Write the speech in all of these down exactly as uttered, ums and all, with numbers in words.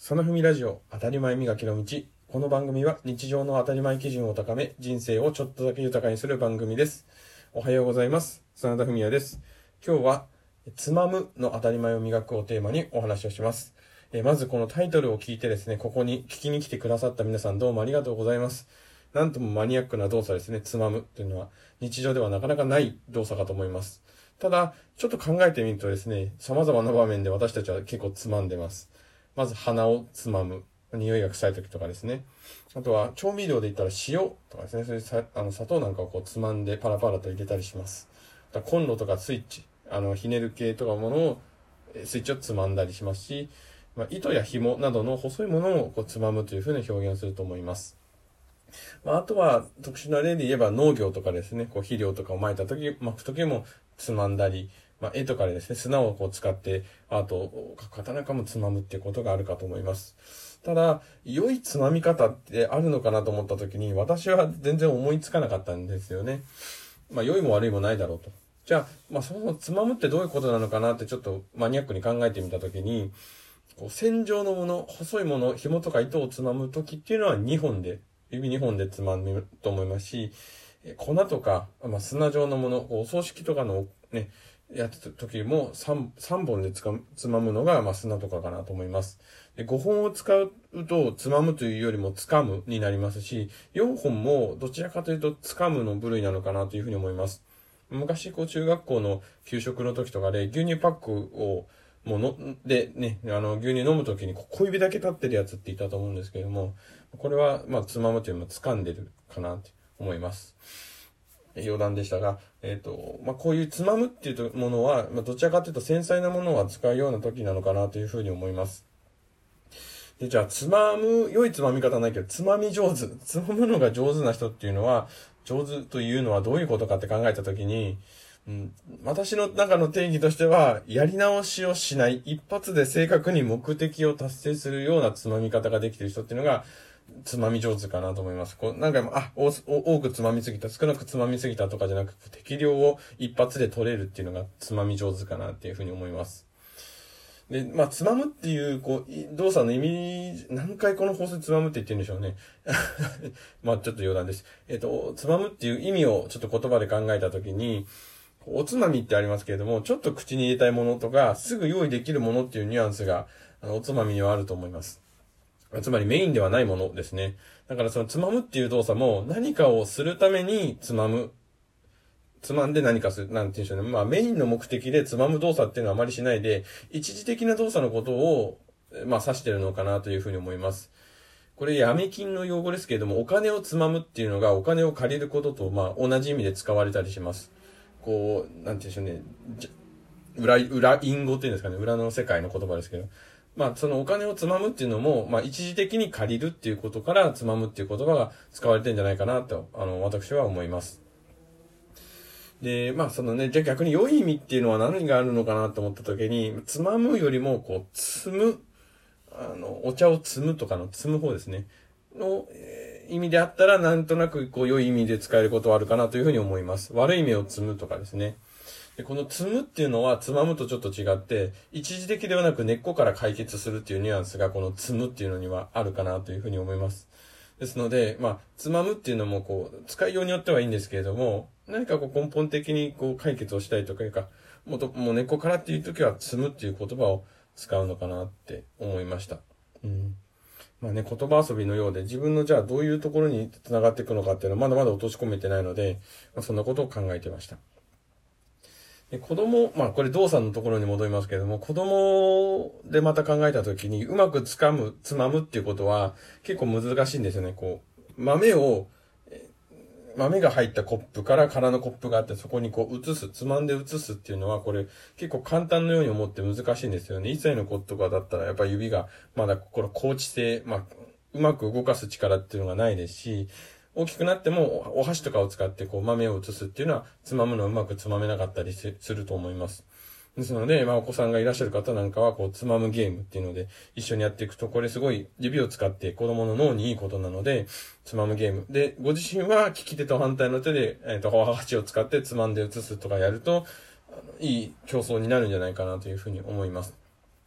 そのふみラジオ当たり前磨きの道。この番組は日常の当たり前基準を高め、人生をちょっとだけ豊かにする番組です。おはようございます。真田文也です。今日はつまむの当たり前を磨くをテーマにお話をします。えまずこのタイトルを聞いてですね、ここに聞きに来てくださった皆さんどうもありがとうございます。なんともマニアックな動作ですね。つまむというのは日常ではなかなかない動作かと思います。ただちょっと考えてみるとですね、様々な場面で私たちは結構つまんでます。まず鼻をつまむ。匂いが臭い時とかですね。あとは調味料で言ったら塩とかですね。そういうさあの砂糖なんかをこうつまんでパラパラと入れたりします。あとはコンロとかスイッチ、あのひねる系とかものをスイッチをつまんだりしますし、まあ、糸や紐などの細いものをこうつまむというふうに表現をすると思います。まあ、あとは特殊な例で言えば農業とかですね、こう肥料とかを撒いた時、撒く時もつまんだり、まあ、絵とかでですね、砂をこう使ってアートを描く方なんかもつまむっていうことがあるかと思います。ただ、良いつまみ方ってあるのかなと思った時に、私は全然思いつかなかったんですよね。まあ、良いも悪いもないだろうと。じゃあ、まあ、そのつまむってどういうことなのかなってちょっとマニアックに考えてみた時に、こう線状のもの、細いもの、紐とか糸をつまむ時っていうのはにほんで、指にほんでつまむと思いますし、粉とか、まあ、砂状のもの、お葬式とかのね、やってた時も 3, 3本でつかつまむのが、まあ、砂とかかなと思います。で、ごほんを使うと、つまむというよりもつかむになりますし、よんほんもどちらかというとつかむの部類なのかなというふうに思います。昔、こう、中学校の給食の時とかで牛乳パックをもうの、でね、あの、牛乳飲むときに小指だけ立ってるやつって言ったと思うんですけれども、これは、まあ、つまむというよりも掴んでるかなって思います。余談でしたが、えっと、まあ、こういうつまむっていうものは、まあ、どちらかというと繊細なものを扱うような時なのかなというふうに思います。で、じゃあ、つまむ、良いつまみ方ないけど、つまみ上手。つまむのが上手な人っていうのは、上手というのはどういうことかって考えたときに、うん、私の中の定義としては、やり直しをしない、一発で正確に目的を達成するようなつまみ方ができている人っていうのが、つまみ上手かなと思います。こう、なんか、あ、多くつまみすぎた、少なくつまみすぎたとかじゃなく、適量を一発で取れるっていうのがつまみ上手かなっていうふうに思います。で、まあ、つまむっていう、こう、動作の意味、何回この放送でつまむって言ってるんでしょうね。まあ、ちょっと余談です。えっと、つまむっていう意味をちょっと言葉で考えたときに、おつまみってありますけれども、ちょっと口に入れたいものとか、すぐ用意できるものっていうニュアンスが、あの、おつまみにはあると思います。つまりメインではないものですね。だからそのつまむっていう動作も何かをするためにつまむ。つまんで何かする。なんて言うんでしょうね。まあメインの目的でつまむ動作っていうのはあまりしないで、一時的な動作のことを、まあ指してるのかなというふうに思います。これ、闇金の用語ですけれども、お金をつまむっていうのがお金を借りることと、まあ同じ意味で使われたりします。こう、なんて言うんでしょうね。裏、裏隠語っていうんですかね。裏の世界の言葉ですけど。まあ、そのお金をつまむっていうのも、まあ、一時的に借りるっていうことから、つまむっていう言葉が使われてるんじゃないかなと、あの、私は思います。で、まあ、そのね、じゃあ逆に良い意味っていうのは何があるのかなと思った時に、つまむよりも、こう、積む、あの、お茶を摘むとかの摘む方ですね。の、えー、意味であったら、なんとなく、こう、良い意味で使えることはあるかなというふうに思います。悪い意味を摘むとかですね。で、この積むっていうのは、つまむとちょっと違って、一時的ではなく根っこから解決するっていうニュアンスが、この積むっていうのにはあるかなというふうに思います。ですので、まあ、つまむっていうのも、こう、使いようによってはいいんですけれども、何かこう根本的にこう解決をしたいとかいうか、もっと、もう根っこからっていう時は、積むっていう言葉を使うのかなって思いました。うん。まあね、言葉遊びのようで、自分のじゃあどういうところに繋がっていくのかっていうのはまだまだ落とし込めてないので、まあ、そんなことを考えてました。で子供、まあこれ動作のところに戻りますけれども、子供でまた考えたときにうまく掴む、つまむっていうことは結構難しいんですよね。こう、豆を、豆が入ったコップから空のコップがあってそこにこう移す、つまんで移すっていうのはこれ結構簡単のように思って難しいんですよね。いっさいの子とかだったらやっぱり指がまだこの高知性、まあうまく動かす力っていうのがないですし、大きくなってもお箸とかを使ってこう豆を移すっていうのはつまむのをうまくつまめなかったりすると思います。ですので、まあお子さんがいらっしゃる方なんかはこうつまむゲームっていうので一緒にやっていくとこれすごい指を使って子供の脳にいいことなのでつまむゲーム。で、ご自身は利き手と反対の手で、えっと、箸を使ってつまんで移すとかやると、あのいい競争になるんじゃないかなというふうに思います。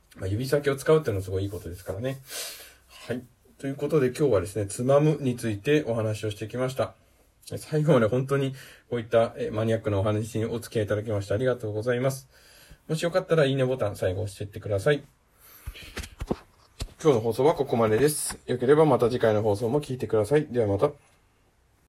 まあ、指先を使うっていうのはすごいいいことですからね。はい。ということで今日はですね、つまむについてお話をしてきました。最後まで本当にこういったマニアックなお話にお付き合いいただきましてありがとうございます。もしよかったらいいねボタン最後押していってください。今日の放送はここまでです。よければまた次回の放送も聞いてください。ではまた。